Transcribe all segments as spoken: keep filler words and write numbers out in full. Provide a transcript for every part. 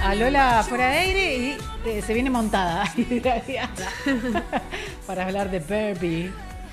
a Lola fuera de aire y eh, se viene montada para hablar de Barbie.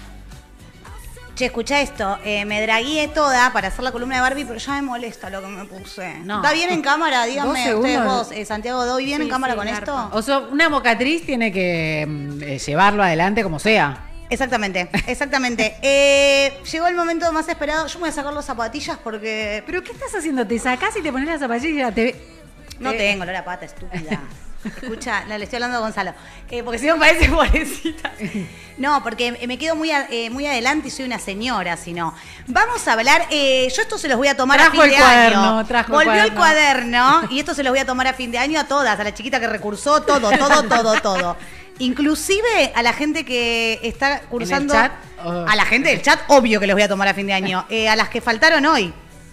Che, escuchá esto, eh, me dragué toda para hacer la columna de Barbie, pero ya me molesta lo que me puse. No. ¿Está bien en cámara? Díganme Dos ustedes segundos. vos, eh, Santiago, ¿doy bien Sí, en cámara sí, con garpa. esto? O sea, una mocatriz tiene que mm, eh, llevarlo adelante como sea. Exactamente, exactamente. eh, llegó el momento más esperado. Yo me voy a sacar las zapatillas porque ¿Pero qué estás haciendo? ¿Te sacás y te pones las zapatillas? Te... no Eh, tengo la pata, estúpida. Escucha, no, le estoy hablando a Gonzalo. Eh, porque si no me parece pobrecita. No, porque me quedo muy, a- eh, muy adelante y soy una señora, si no. Vamos a hablar, eh, yo esto se los voy a tomar Trajo a fin el de cuaderno, año. trajo el Volvió el cuaderno. cuaderno y esto se los voy a tomar a fin de año a todas, a la chiquita que recursó, todo, todo, todo, todo. Inclusive a la gente que está cursando. chat? Oh. A la gente del chat, obvio que los voy a tomar a fin de año. Eh, a las que faltaron hoy.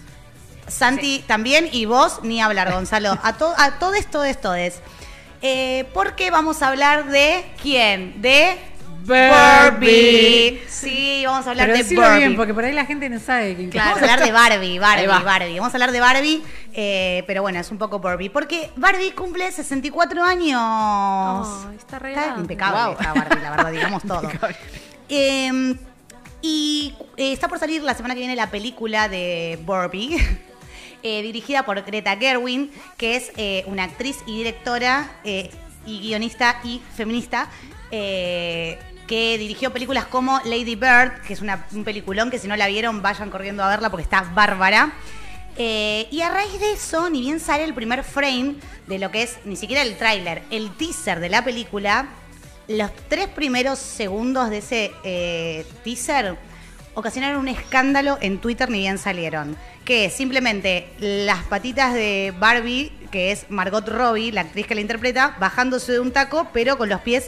Santi también y vos ni hablar, Gonzalo. A, to, a todes, todes, todes. Eh, porque vamos a hablar de quién? De Barbie. Sí, vamos a hablar Pero de decilo Barbie. bien, porque por ahí la gente no sabe quién Vamos a hablar de Barbie, Barbie, Ahí va. Barbie. Vamos a hablar de Barbie, eh, pero bueno, es un poco Barbie. Porque Barbie cumple sesenta y cuatro años. Oh, está re Está grande. impecable Wow. esta Barbie, la verdad, digamos todo. Eh, y eh, está por salir la semana que viene la película de Barbie, eh, dirigida por Greta Gerwig, que es eh, una actriz y directora eh, y guionista y feminista, eh, que dirigió películas como Lady Bird, que es una, un peliculón que si no la vieron vayan corriendo a verla porque está bárbara. Eh, y a raíz de eso, ni bien sale el primer frame de lo que es, ni siquiera el tráiler, el teaser de la película, los tres primeros segundos de ese eh, teaser ocasionaron un escándalo en Twitter ni bien salieron. Que es simplemente las patitas de Barbie, que es Margot Robbie, la actriz que la interpreta, bajándose de un taco, pero con los pies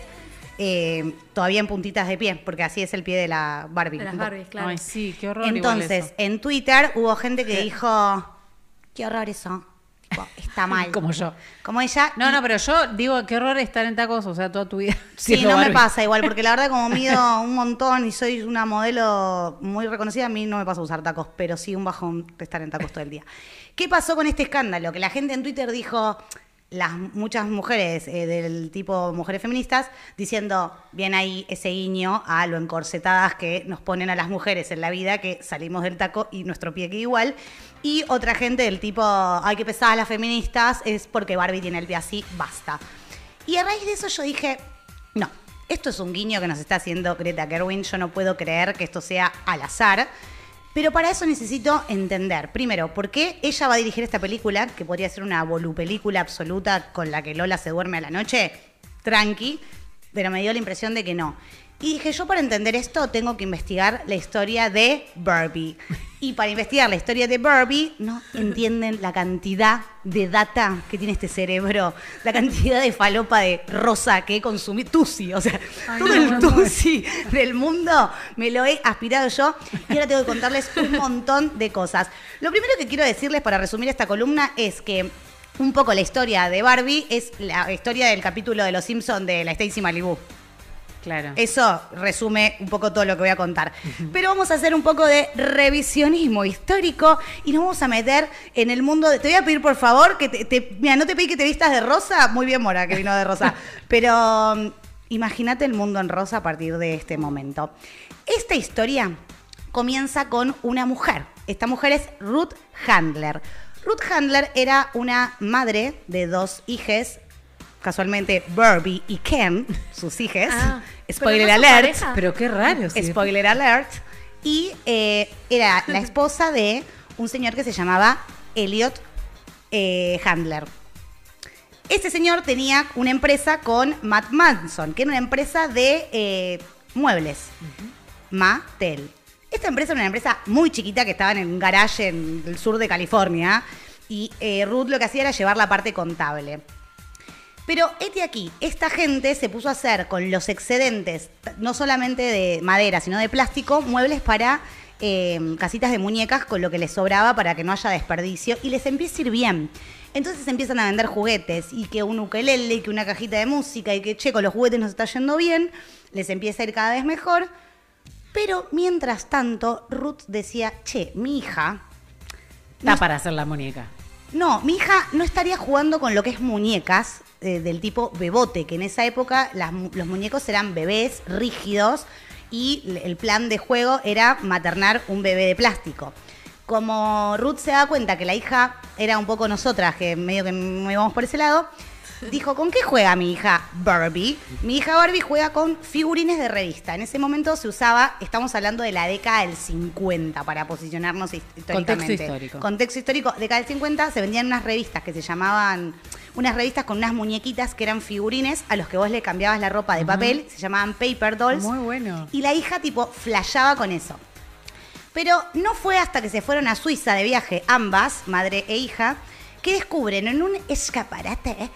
eh, todavía en puntitas de pie, porque así es el pie de la Barbie. De las Barbies, claro. Ay, sí, qué horror. Entonces, igual eso. en Twitter hubo gente que dijo, qué horror eso, Tipo, está mal. Como yo. Como ella. No, y- no, pero yo digo, qué horror estar en tacos, o sea, toda tu vida. Sí, siendo no me Barbie. pasa igual, porque la verdad como mido un montón y soy una modelo muy reconocida, a mí no me pasa usar tacos, pero sí un bajón de estar en tacos todo el día. ¿Qué pasó con este escándalo? Que la gente en Twitter dijo, las muchas mujeres eh, del tipo mujeres feministas, diciendo, bien ahí ese guiño a lo encorsetadas que nos ponen a las mujeres en la vida, que salimos del taco y nuestro pie queda igual. Y otra gente del tipo, ay, qué pesadas las feministas, es porque Barbie tiene el pie así, basta. Y a raíz de eso yo dije, no, esto es un guiño que nos está haciendo Greta Gerwig, yo no puedo creer que esto sea al azar, pero para eso necesito entender, primero, por qué ella va a dirigir esta película, que podría ser una volupelícula absoluta con la que Lola se duerme a la noche, tranqui, pero me dio la impresión de que no. Y dije, yo para entender esto tengo que investigar la historia de Barbie. Y para investigar la historia de Barbie, no entienden la cantidad de data que tiene este cerebro, la cantidad de falopa de rosa que he consumido, tusi, o sea, Ay, todo no, el no, tusi del mundo me lo he aspirado yo y ahora tengo que contarles un montón de cosas. Lo primero que quiero decirles para resumir esta columna es que un poco la historia de Barbie es la historia del capítulo de Los Simpsons de la Stacy Malibu. Claro. Eso resume un poco todo lo que voy a contar. Pero vamos a hacer un poco de revisionismo histórico y nos vamos a meter en el mundo de... Te voy a pedir, por favor, que te... te- mira, no te pedí que te vistas de rosa. Muy bien, Mora, que vino de rosa. Pero um, imagínate el mundo en rosa a partir de este momento. Esta historia comienza con una mujer. Esta mujer es Ruth Handler. Ruth Handler era una madre de dos hijes, casualmente Barbie y Ken, sus hijes. Ah, Spoiler pero no son alert. pareja. Pero qué raro. sí. Spoiler alert. Y eh, era la esposa de un señor que se llamaba Elliot eh, Handler. Este señor tenía una empresa con Matt Manson, que era una empresa de eh, muebles. Mattel. Esta empresa era una empresa muy chiquita que estaba en un garage en el sur de California. Y eh, Ruth lo que hacía era llevar la parte contable. Pero este aquí, esta gente se puso a hacer con los excedentes, t- no solamente de madera, sino de plástico, muebles para eh, casitas de muñecas con lo que les sobraba para que no haya desperdicio y les empieza a ir bien. Entonces empiezan a vender juguetes y que un ukelele y que una cajita de música y que, che, con los juguetes nos está yendo bien, les empieza a ir cada vez mejor. Pero mientras tanto, Ruth decía, che, mi hija... Está para hacer la muñeca. No, mi hija no estaría jugando con lo que es muñecas eh, del tipo bebote, que en esa época las, los muñecos eran bebés rígidos y el plan de juego era maternar un bebé de plástico. Como Ruth se da cuenta que la hija era un poco nosotras, que medio que no íbamos por ese lado, dijo, ¿con qué juega mi hija Barbie? Mi hija Barbie juega con figurines de revista. En ese momento se usaba, estamos hablando de la década del cincuenta, para posicionarnos históricamente. Contexto histórico. Contexto histórico, década del cincuenta, se vendían unas revistas que se llamaban, unas revistas con unas muñequitas que eran figurines a los que vos le cambiabas la ropa de uh-huh. papel, se llamaban paper dolls. Muy bueno. Y la hija tipo flasheaba con eso. Pero no fue hasta que se fueron a Suiza de viaje, ambas, madre e hija, que descubren en un escaparate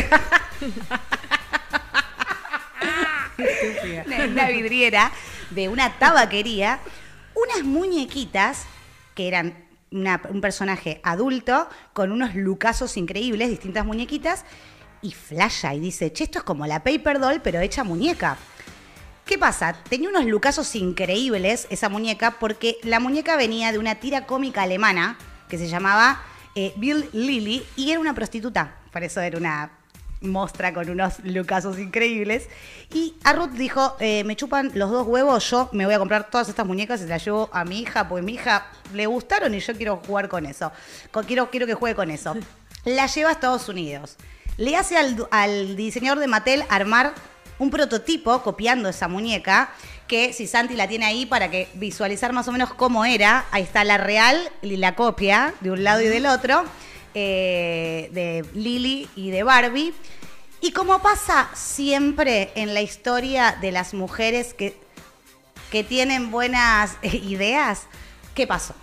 en una vidriera de una tabaquería unas muñequitas que eran una, un personaje adulto con unos lucazos increíbles, distintas muñequitas, y flasha y dice, che, esto es como la Paper Doll pero hecha muñeca. ¿Qué pasa? Tenía unos lucazos increíbles esa muñeca porque la muñeca venía de una tira cómica alemana que se llamaba Eh, Bill Lilly, y era una prostituta, por eso era una mostra con unos lucazos increíbles. Y a Ruth dijo, eh, me chupan los dos huevos, yo me voy a comprar todas estas muñecas y se las llevo a mi hija, porque a mi hija le gustaron y yo quiero jugar con eso, quiero, quiero que juegue con eso. La lleva a Estados Unidos, le hace al, al diseñador de Mattel armar un prototipo copiando esa muñeca, que si Santi la tiene ahí para que visualizar más o menos cómo era, ahí está la real y la copia de un lado y del otro, eh, de Lily y de Barbie. Y como pasa siempre en la historia de las mujeres que, que tienen buenas ideas, ¿qué pasó?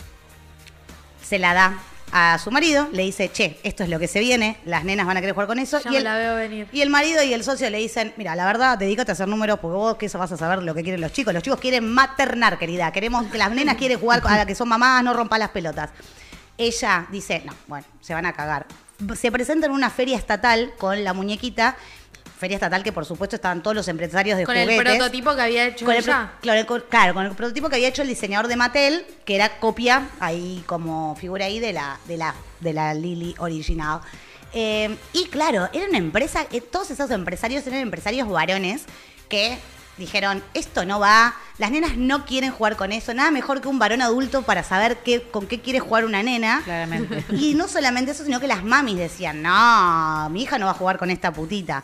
Se la da a su marido, le dice, che, esto es lo que se viene, las nenas van a querer jugar con eso. Ya y me el, la veo venir. Y el marido y el socio le dicen, mira, la verdad, dedícate a hacer números porque vos que eso vas a saber lo que quieren los chicos. Los chicos quieren maternar, querida. Queremos que las nenas quieren jugar a la que son mamás, no rompas las pelotas. Ella dice, no, bueno, se van a cagar. Se presenta en una feria estatal con la muñequita. Feria estatal que por supuesto estaban todos los empresarios de con juguetes. Con el prototipo que había hecho con el, ella. Claro, con, claro, con el prototipo que había hecho el diseñador de Mattel, que era copia, ahí como figura ahí de la, de la, de la Lily original. Eh, y claro, era una empresa, eh, todos esos empresarios eran empresarios varones que dijeron, esto no va, las nenas no quieren jugar con eso, nada mejor que un varón adulto para saber qué, con qué quiere jugar una nena. Claramente. Y no solamente eso, sino que las mamis decían, no, mi hija no va a jugar con esta putita.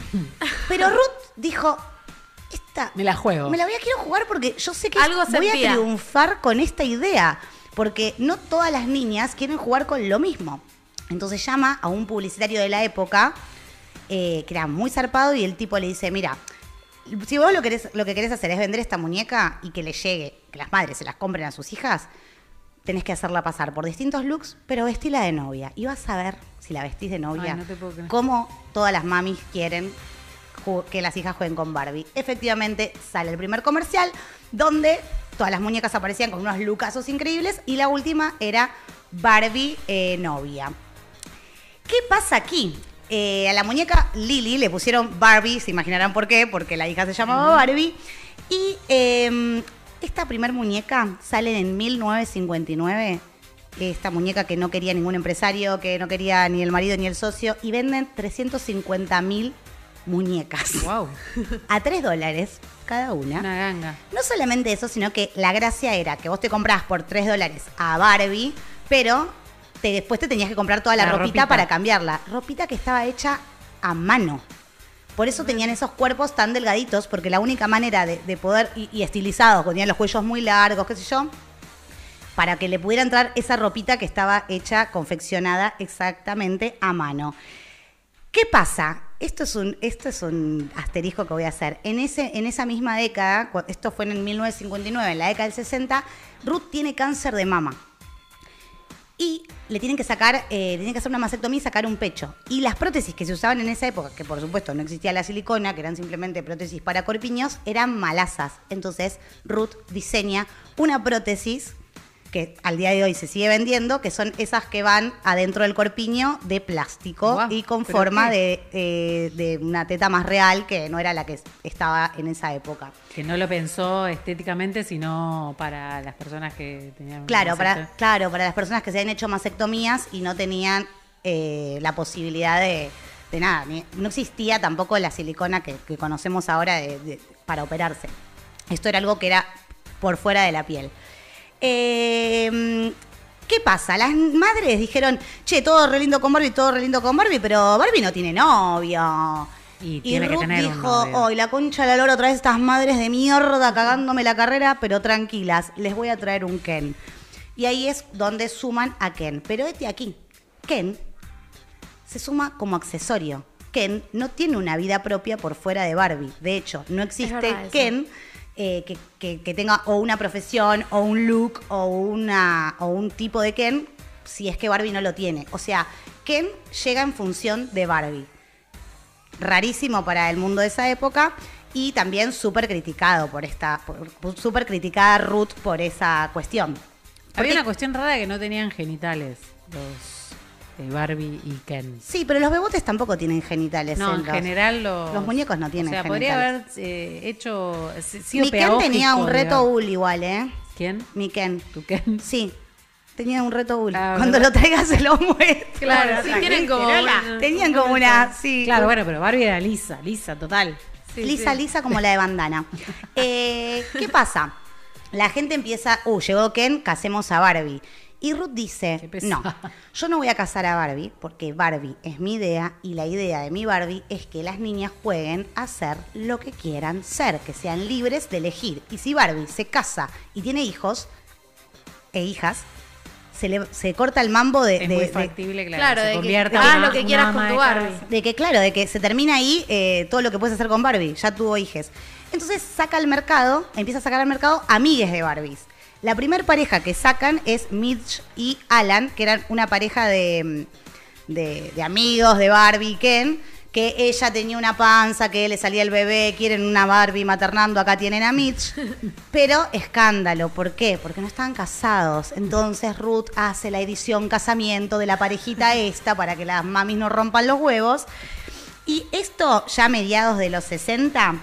Pero Ruth dijo, esta me la juego. Me la voy a quiero jugar porque yo sé que Algo voy sentía. a triunfar con esta idea. Porque no todas las niñas quieren jugar con lo mismo. Entonces llama a un publicitario de la época, eh, que era muy zarpado, y el tipo le dice, mira, si vos lo, querés, lo que querés hacer es vender esta muñeca y que le llegue, que las madres se las compren a sus hijas, tenés que hacerla pasar por distintos looks, pero vestila de novia. Y vas a ver, si la vestís de novia, Ay, no te puedo creer. cómo todas las mamis quieren que las hijas jueguen con Barbie. Efectivamente, sale el primer comercial, donde todas las muñecas aparecían con unos lookazos increíbles, y la última era Barbie eh, novia. ¿Qué pasa aquí? Eh, a la muñeca Lily le pusieron Barbie, se imaginarán por qué, porque la hija se llamaba Barbie. Y eh, esta primer muñeca sale en mil novecientos cincuenta y nueve, esta muñeca que no quería ningún empresario, que no quería ni el marido ni el socio, y venden trescientos cincuenta mil muñecas. Wow. A tres dólares cada una. Una ganga. No solamente eso, sino que la gracia era que vos te comprás por tres dólares a Barbie, pero te, después te tenías que comprar toda la, La ropita, ropita. para cambiarla. Ropita que estaba hecha a mano. Por eso tenían esos cuerpos tan delgaditos, porque la única manera de, de poder, y, y estilizados, tenían los cuellos muy largos, qué sé yo, para que le pudiera entrar esa ropita que estaba hecha, confeccionada exactamente a mano. ¿Qué pasa? Esto es un, esto es un asterisco que voy a hacer. En, ese, en esa misma década, cu- esto fue en mil novecientos cincuenta y nueve, en la década del sesenta, Ruth tiene cáncer de mama. Y le tienen que sacar, eh, tienen que hacer una mastectomía y sacar un pecho. Y las prótesis que se usaban en esa época, que por supuesto no existía la silicona, que eran simplemente prótesis para corpiños, eran malazas. Entonces Ruth diseña una prótesis que al día de hoy se sigue vendiendo, que son esas que van adentro del corpiño de plástico Guau, y con ¿pero forma qué? de, eh, de una teta más real, que no era la que estaba en esa época. Que no lo pensó estéticamente, sino para las personas que tenían... una Claro, para, vasectomía. claro, para las personas que se habían hecho mastectomías y no tenían eh, la posibilidad de, de nada. Ni- no existía tampoco la silicona que, que conocemos ahora de- de- para operarse. Esto era algo que era por fuera de la piel. Eh, ¿Qué pasa? Las madres dijeron, che, todo re lindo con Barbie, todo re lindo con Barbie, pero Barbie no tiene novio. Y tiene que Ruth tener un dijo, novio. hoy la concha de la lora, otra vez estas madres de mierda cagándome la carrera, pero tranquilas, les voy a traer un Ken. Y ahí es donde suman a Ken. Pero este aquí, Ken se suma como accesorio. Ken no tiene una vida propia por fuera de Barbie. De hecho, no existe verdad eso. Ken eh, que, que- que tenga o una profesión, o un look, o, una, o un tipo de Ken, si es que Barbie no lo tiene. O sea, Ken llega en función de Barbie. Rarísimo para el mundo de esa época y también súper criticado por esta, por- súper criticada Ruth por esa cuestión. Había Porque- una cuestión rara que no tenían genitales los eh, Barbie y Ken. Sí, pero los bebotes tampoco tienen genitales. No, en los- general los... los muñecos no tienen O sea, podría haber genitales. eh, hecho... si- sido Mi Ken pedagógico, tenía un reto digamos. Ul igual, ¿eh? ¿Quién? Mi Ken. ¿Tu Ken? Sí, tenía un reto Ul. Ah, Cuando ¿verdad? lo traigas se lo muestro. Claro, sí tienen como Lola, una- Tenían un como momento. una... Sí, Claro, bueno, pero Barbie era lisa, lisa, total. Sí, lisa, sí. lisa como la de bandana. Eh, ¿Qué pasa? La gente empieza, uh, llegó Ken, casemos a Barbie. Y Ruth dice, Qué pesada. no, yo no voy a casar a Barbie porque Barbie es mi idea y la idea de mi Barbie es que las niñas jueguen a ser lo que quieran ser, que sean libres de elegir. Y si Barbie se casa y tiene hijos e hijas, se, le, se corta el mambo de... Es de- muy de- factible, claro, Claro, se de que convierta hagas en lo una- que una quieras ama con de tu casa. Barbie. de que, claro, de que se termina ahí eh, todo lo que puedes hacer con Barbie. Ya tuvo hijes. Entonces saca al mercado, empieza a sacar al mercado amigues de Barbies. La primer pareja que sacan es Mitch y Alan, que eran una pareja de, de, de amigos de Barbie y Ken, que ella tenía una panza, que le salía el bebé, quieren una Barbie maternando, acá tienen a Mitch. Pero escándalo, ¿por qué? Porque no estaban casados. Entonces Ruth hace la edición casamiento de la parejita esta para que las mamis no rompan los huevos. Y esto ya a mediados de los sesenta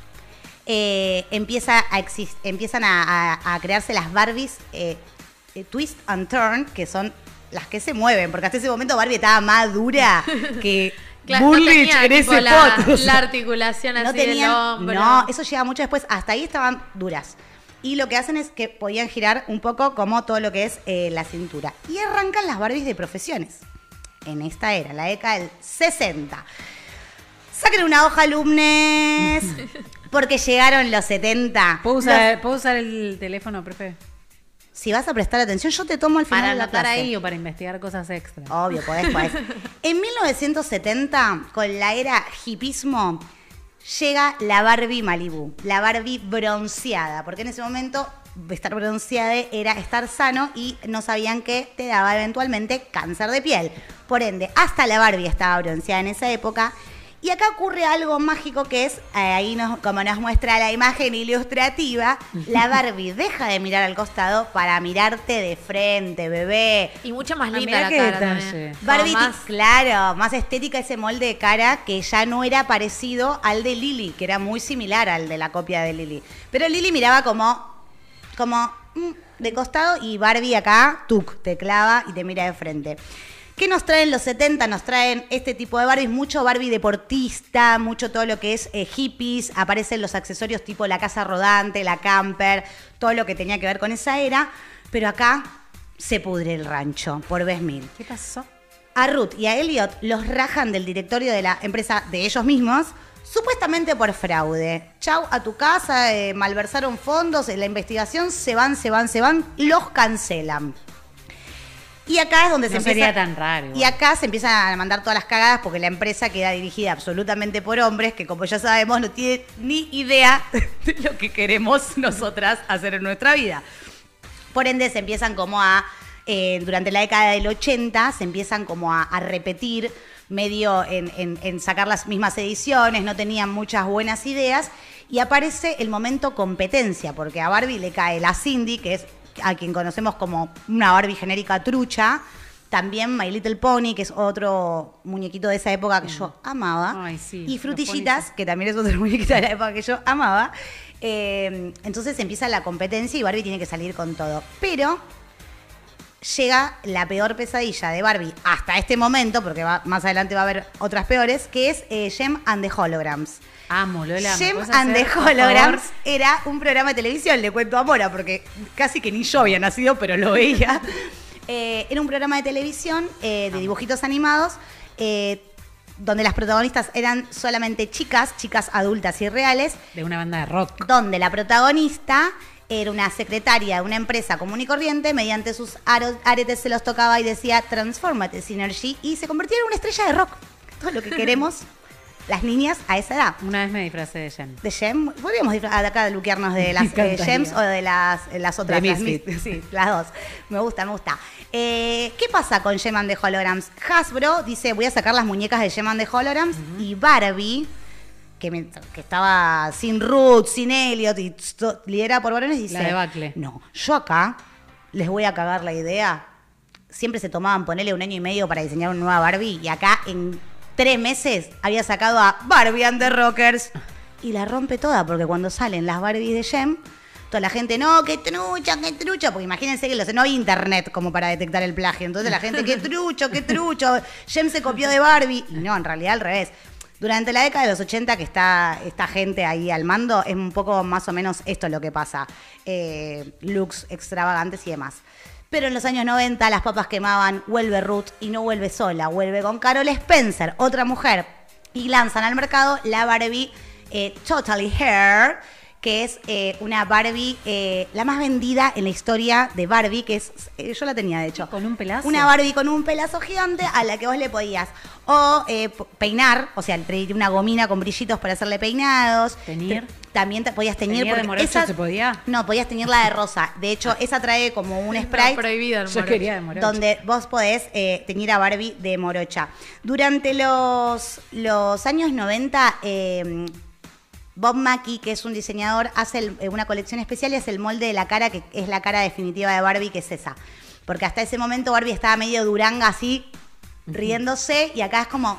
eh, empieza a exis- empiezan a, a- a crearse las Barbies eh, eh, Twist and Turn, que son las que se mueven, porque hasta ese momento Barbie estaba más dura que Claro, no Bullrich tenía, en tipo, ese la, foto. o sea. la articulación No así del tenían, hombro. no, eso llega mucho después. Hasta ahí estaban duras. Y lo que hacen es que podían girar un poco como todo lo que es eh, la cintura. Y arrancan las Barbies de profesiones. En esta era, la década del sesenta. Saquen una hoja, alumnes, porque llegaron los setenta. ¿Puedo usar, ¿Puedo usar el teléfono, profe? Si vas a prestar atención, yo te tomo al final ¿Para de la anotar clase. ahí o para investigar cosas extra? Obvio, podés, podés. En mil novecientos setenta, con la era hipismo, llega la Barbie Malibu, la Barbie bronceada, porque en ese momento estar bronceada era estar sano y no sabían que te daba eventualmente cáncer de piel. Por ende, hasta la Barbie estaba bronceada en esa época. Y acá ocurre algo mágico que es, eh, ahí nos, como nos muestra la imagen ilustrativa, la Barbie deja de mirar al costado para mirarte de frente, bebé. Y mucho más Ah, linda mirá la qué cara detalle. también. Como Barbie, más- claro, más estética ese molde de cara que ya no era parecido al de Lily, que era muy similar al de la copia de Lily. Pero Lily miraba como, como mm, de costado y Barbie acá, tuc, te clava y te mira de frente. ¿Qué nos traen los setenta? Nos traen este tipo de Barbies, mucho Barbie deportista, mucho todo lo que es eh, hippies, aparecen los accesorios tipo la casa rodante, la camper, todo lo que tenía que ver con esa era, pero acá se pudre el rancho por vez mil. ¿Qué pasó? A Ruth y a Elliot los rajan del directorio de la empresa de ellos mismos, supuestamente por fraude. Chau a tu casa, eh, malversaron fondos, en la investigación se van, se van, se van, los cancelan. Y acá es donde No se empieza... sería tan raro, Y igual. acá se empiezan a mandar todas las cagadas porque la empresa queda dirigida absolutamente por hombres que, como ya sabemos, no tienen ni idea de lo que queremos nosotras hacer en nuestra vida. Por ende, se empiezan como a, eh, durante la década del ochenta, se empiezan como a, a repetir medio en, en- en sacar las mismas ediciones, no tenían muchas buenas ideas, y aparece el momento competencia, porque a Barbie le cae la Cindy, que es a quien conocemos como una Barbie genérica trucha. También My Little Pony, que es otro muñequito de esa época que yo amaba. Ay, sí, y los Frutillitas, ponis. que también es otro muñequito de la época que yo amaba. Eh, entonces empieza la competencia y Barbie tiene que salir con todo. Pero llega la peor pesadilla de Barbie hasta este momento, porque va, más adelante va a haber otras peores, que es eh, Jem and the Holograms. Amo, Lola. ¿me Jem puedes and the hacer, por Holograms favor? era un programa de televisión, le cuento a Mora, porque casi que ni yo había nacido, pero lo veía. Eh, era un programa de televisión eh, de dibujitos animados, eh, donde las protagonistas eran solamente chicas, chicas adultas y reales, De una banda de rock. donde la protagonista era una secretaria de una empresa común y corriente, mediante sus aro- aretes se los tocaba y decía Transformate Synergy, y se convertía en una estrella de rock. Todo lo que queremos las niñas a esa edad. Una vez me disfracé de Jem. De Gem, podríamos disfra- de acá luquearnos de Me las eh, encantaría. Gems o de las, eh, las otras. De las Misfit. mis- Sí, las dos. Me gusta, me gusta. Eh, ¿Qué pasa con Gem and the Holograms? Hasbro dice, voy a sacar las muñecas de Gem and the Holograms, y Barbie, que, me- que estaba sin Ruth, sin Elliot y to- liderada por varones, dice, La debacle. no, yo acá les voy a cagar la idea. Siempre se tomaban ponerle un año y medio para diseñar una nueva Barbie, y acá en tres meses había sacado a Barbie and the Rockers y la rompe toda, porque cuando salen las Barbies de Gem, toda la gente, no, qué trucha, qué trucha, porque imagínense que los- no había internet como para detectar el plagio, entonces la gente, qué trucho, qué trucho, Gem se copió de Barbie, y no, en realidad al revés. Durante la década de los ochenta, que está esta gente ahí al mando, es un poco más o menos esto lo que pasa. Eh, looks extravagantes y demás. Pero en los años noventa las papas quemaban, vuelve Ruth y no vuelve sola, vuelve con Carol Spencer, otra mujer, y lanzan al mercado la Barbie eh, Totally Hair, que es eh, una Barbie, eh, la más vendida en la historia de Barbie, que es, eh, yo la tenía de hecho. ¿Con un pelazo? Una Barbie con un pelazo gigante a la que vos le podías o eh, p- peinar, o sea, traer una gomina con brillitos para hacerle peinados. ¿Teñir? T- También te podías teñir. ¿Teñir de porque morocho se podía? No, podías teñirla de rosa. De hecho, esa trae como un No, spray prohibido el Yo morocho. quería de morocho. donde vos podés eh, teñir a Barbie de morocha. Durante los, los años noventa, eh, Bob Mackie, que es un diseñador, hace el- eh, una colección especial y hace el molde de la cara, que es la cara definitiva de Barbie, que es esa. Porque hasta ese momento Barbie estaba medio duranga así, riéndose, y acá es como,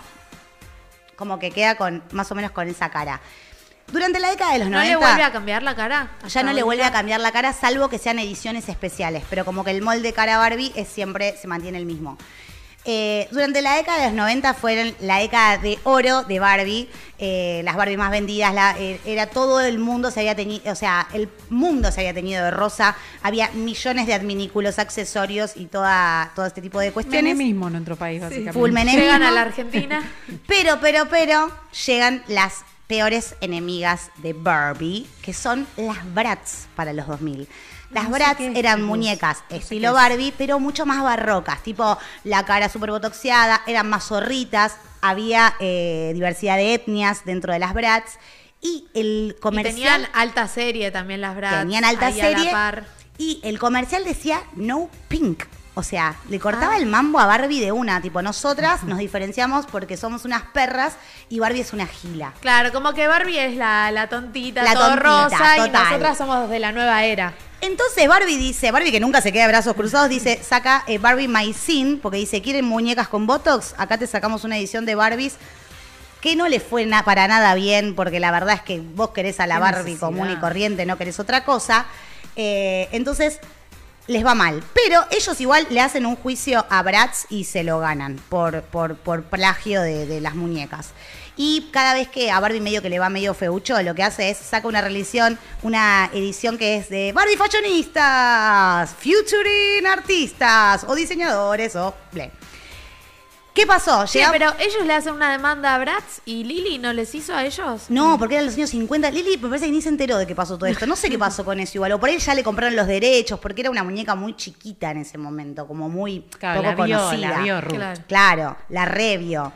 como que queda con más o menos con esa cara. Durante la década de los ¿No noventa... le vuelve a cambiar la cara? Ya no le vuelve a cambiar la cara, salvo que sean ediciones especiales, pero como que el molde cara Barbie es siempre se mantiene el mismo. Eh, durante la década de los noventa fueron la década de oro de Barbie, eh, las Barbie más vendidas, la- eh, era todo el mundo se había tenido, o sea, el mundo se había tenido de rosa, había millones de adminículos, accesorios y toda, todo este tipo de cuestiones. Menemismo en nuestro país, básicamente. full menemismo. Llegan a la Argentina. Pero, pero, pero, llegan las peores enemigas de Barbie, que son las Bratz para los dos mil. Las No sé Bratz qué es, eran chicos. muñecas No sé estilo qué es. Barbie, pero mucho más barrocas, tipo la cara súper botoxeada, eran más zorritas, había eh, diversidad de etnias dentro de las Bratz, y el Y comercial... tenían alta serie también las Bratz. Tenían alta ahí a la serie, par. y el comercial decía no pink. O sea, le cortaba Ah. el mambo a Barbie de una. Tipo, nosotras nos diferenciamos porque somos unas perras y Barbie es una gila. Claro, como que Barbie es la, la tontita, La todo tontita, rosa, y total. nosotras somos de la nueva era. Entonces Barbie dice, Barbie que nunca se queda de brazos cruzados, dice, saca eh, Barbie My Sin, porque dice, ¿quieren muñecas con Botox? Acá te sacamos una edición de Barbies que no le fue na- para nada bien, porque la verdad es que vos querés a la Qué Barbie necesidad. común y corriente, no querés otra cosa. Eh, entonces les va mal. Pero ellos igual le hacen un juicio a Bratz y se lo ganan por, por, por plagio de, de las muñecas. Y cada vez que a Barbie medio que le va medio feucho, lo que hace es saca una religión, una edición que es de Barbie fashionistas, featuring artistas o diseñadores o ble. ¿Qué pasó? Sí, Llega- pero ellos le hacen una demanda a Bratz y Lili no les hizo a ellos. No, porque eran los años cincuenta. Lili me parece que ni se enteró de qué pasó todo esto. No sé qué pasó con eso igual. O por ahí ya le compraron los derechos, porque era una muñeca muy chiquita en ese momento, como muy Claro, poco la vio, conocida. la vio Ruth. Claro. Claro, la revio.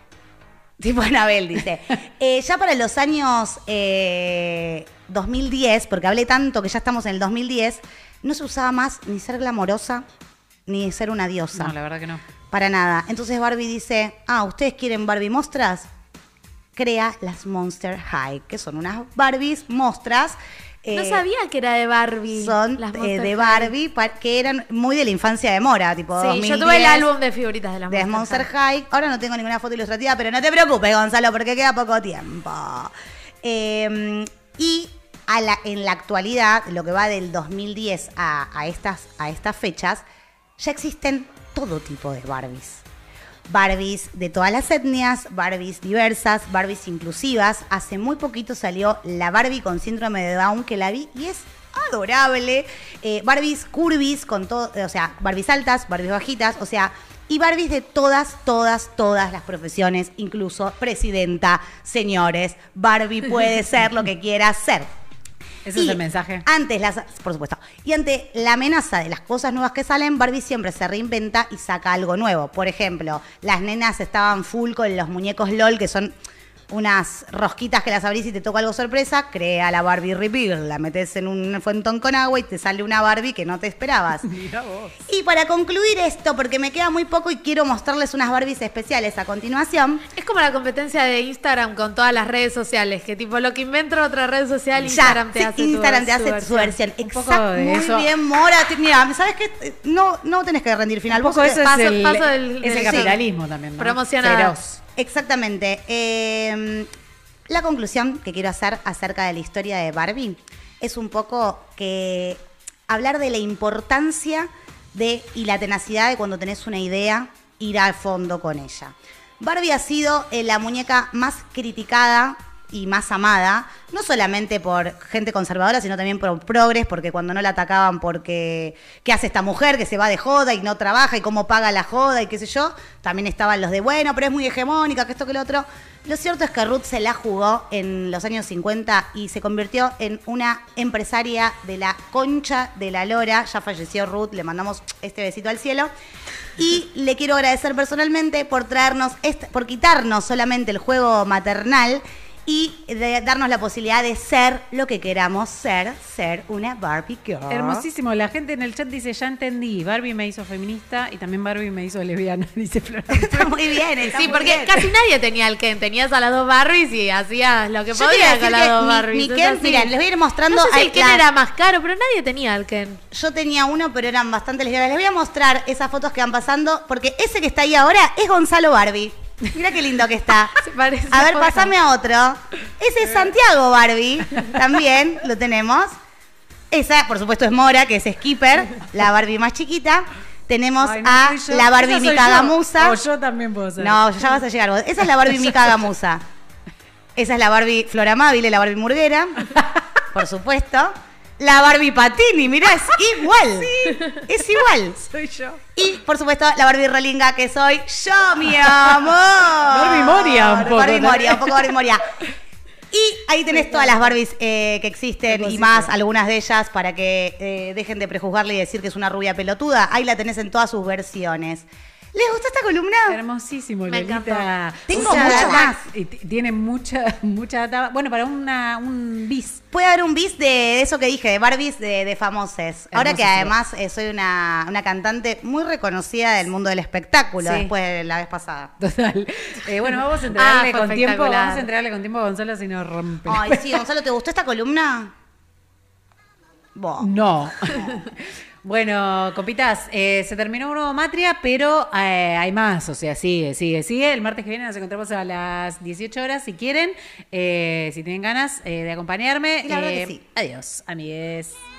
Tipo Anabel, dice. Eh, ya para los años eh, dos mil diez, porque hablé tanto que ya estamos en el dos mil diez, no se usaba más ni ser glamorosa ni ser una diosa. No, la verdad que no. Para nada. Entonces Barbie dice, ah, ¿ustedes quieren Barbie mostras? Crea las Monster High, que son unas Barbies mostras No Eh, sabía que era de Barbie. Son las eh, Monster de High. Barbie, pa- que eran muy de la infancia de Mora, tipo Sí, dos mil diez. yo tuve el álbum de figuritas de las de Monster High. Ahora no tengo ninguna foto ilustrativa, pero no te preocupes, Gonzalo, porque queda poco tiempo. Eh, y a la, en la actualidad, lo que va del dos mil diez a, a, estas, a estas fechas, ya existen todo tipo de Barbies. Barbies de todas las etnias, Barbies diversas, Barbies inclusivas. Hace muy poquito salió la Barbie con síndrome de Down, que la vi y es adorable. Eh, Barbies curvis, con todo, o sea, Barbies altas, Barbies bajitas, o sea, y Barbies de todas, todas, todas las profesiones, incluso presidenta, señores. Barbie puede ser lo que quiera ser. Ese Y es el mensaje. Antes las, por supuesto. Y ante la amenaza de las cosas nuevas que salen, Barbie siempre se reinventa y saca algo nuevo. Por ejemplo, las nenas estaban full con los muñecos LOL, que son unas rosquitas que las abrís y te toca algo sorpresa. Crea la Barbie Reveal, la metes en un fuentón con agua y te sale una Barbie que no te esperabas. Mira vos. Y para concluir esto, porque me queda muy poco y quiero mostrarles unas Barbies especiales a continuación. Es como la competencia de Instagram con todas las redes sociales, que tipo lo que inventa otra red social, Ya, Instagram te sí, hace Instagram tu, te hace su su versión. Un poco Exacto, de muy eso. bien, Mora. Te- Mira, ¿sabes qué? No, no tenés que rendir final. Un poco Vos- eso paso- es el, paso del- es el del- capitalismo también, ¿no? Promocionada. Feroz. Exactamente. Eh, la conclusión que quiero hacer acerca de la historia de Barbie es un poco que hablar de la importancia de y la tenacidad de cuando tenés una idea, ir al fondo con ella. Barbie ha sido eh, la muñeca más criticada y más amada, no solamente por gente conservadora, sino también por progres, porque cuando no la atacaban porque ¿qué hace esta mujer que se va de joda y no trabaja y cómo paga la joda y qué sé yo? También estaban los de, bueno, pero es muy hegemónica, que esto, que lo otro. Lo cierto es que Ruth se la jugó en los años cincuenta y se convirtió en una empresaria de la concha de la lora. Ya falleció Ruth, le mandamos este besito al cielo. Y le quiero agradecer personalmente por traernos, este- por quitarnos solamente el juego maternal y de darnos la posibilidad de ser lo que queramos ser, ser una Barbie girl. Hermosísimo. La gente en el chat dice, ya entendí, Barbie me hizo feminista y también Barbie me hizo lesbiana, dice Flor. Está muy bien, está Sí, muy porque bien. casi nadie tenía el Ken. Tenías a las dos Barbies y hacías lo que Yo te iba a podías decir con las que dos mi- Barbies. mi Es Ken, así. mira, les voy a ir mostrando. No sé si hay el Ken la- era más caro, pero nadie tenía el Ken. Yo tenía uno, pero eran bastante lesbianas. Les voy a mostrar esas fotos que van pasando, porque ese que está ahí ahora es Gonzalo Barbie. Mira qué lindo que está. Se parece A ver, poco. pasame a otro. Ese es Santiago Barbie. También lo tenemos. Esa, por supuesto, es Mora, que es Skipper, la Barbie más chiquita. Tenemos Ay, no a soy yo. la Barbie Esa soy Mica yo. Gamusa. O yo también puedo ser. No, ya vas a llegar vos. Esa es la Barbie Mica Gamusa. Esa es la Barbie Flor Amabile, la Barbie Murguera. Por supuesto. La Barbie Patini, mirá, es igual. Es igual. Soy yo. Y, por supuesto, la Barbie Rolinga, que soy yo, mi amor. Barbie Moria un poco, Barbie ¿no? Moria, un poco Barbie Moria. Y ahí tenés todas las Barbies eh, que existen y más, algunas de ellas, para que eh, dejen de prejuzgarle y decir que es una rubia pelotuda. Ahí la tenés en todas sus versiones. ¿Les gustó esta columna? Hermosísimo, Me Lolita. encantó. Tengo Mucha mucho data. más. Y t- tiene mucha, mucha data. Bueno, para una, un bis. Puede haber un bis de eso que dije, de Barbies de, de famoses. Ahora que Hermosísimo. además eh, soy una, una cantante muy reconocida del mundo del espectáculo, Sí. después de la vez pasada. Total. Eh, bueno, vamos a entregarle Ah, fue con tiempo. espectacular. Vamos a entregarle con tiempo a Gonzalo si no rompe. Ay, sí, Gonzalo, ¿te gustó esta columna? Vos. No. Bueno, compitas, eh, se terminó un nuevo Matria, pero eh, hay más, o sea, sigue, sigue, sigue. El martes que viene nos encontramos a las dieciocho horas, si quieren, eh, si tienen ganas eh, de acompañarme. Y la verdad que Eh, sí. Adiós, amigues.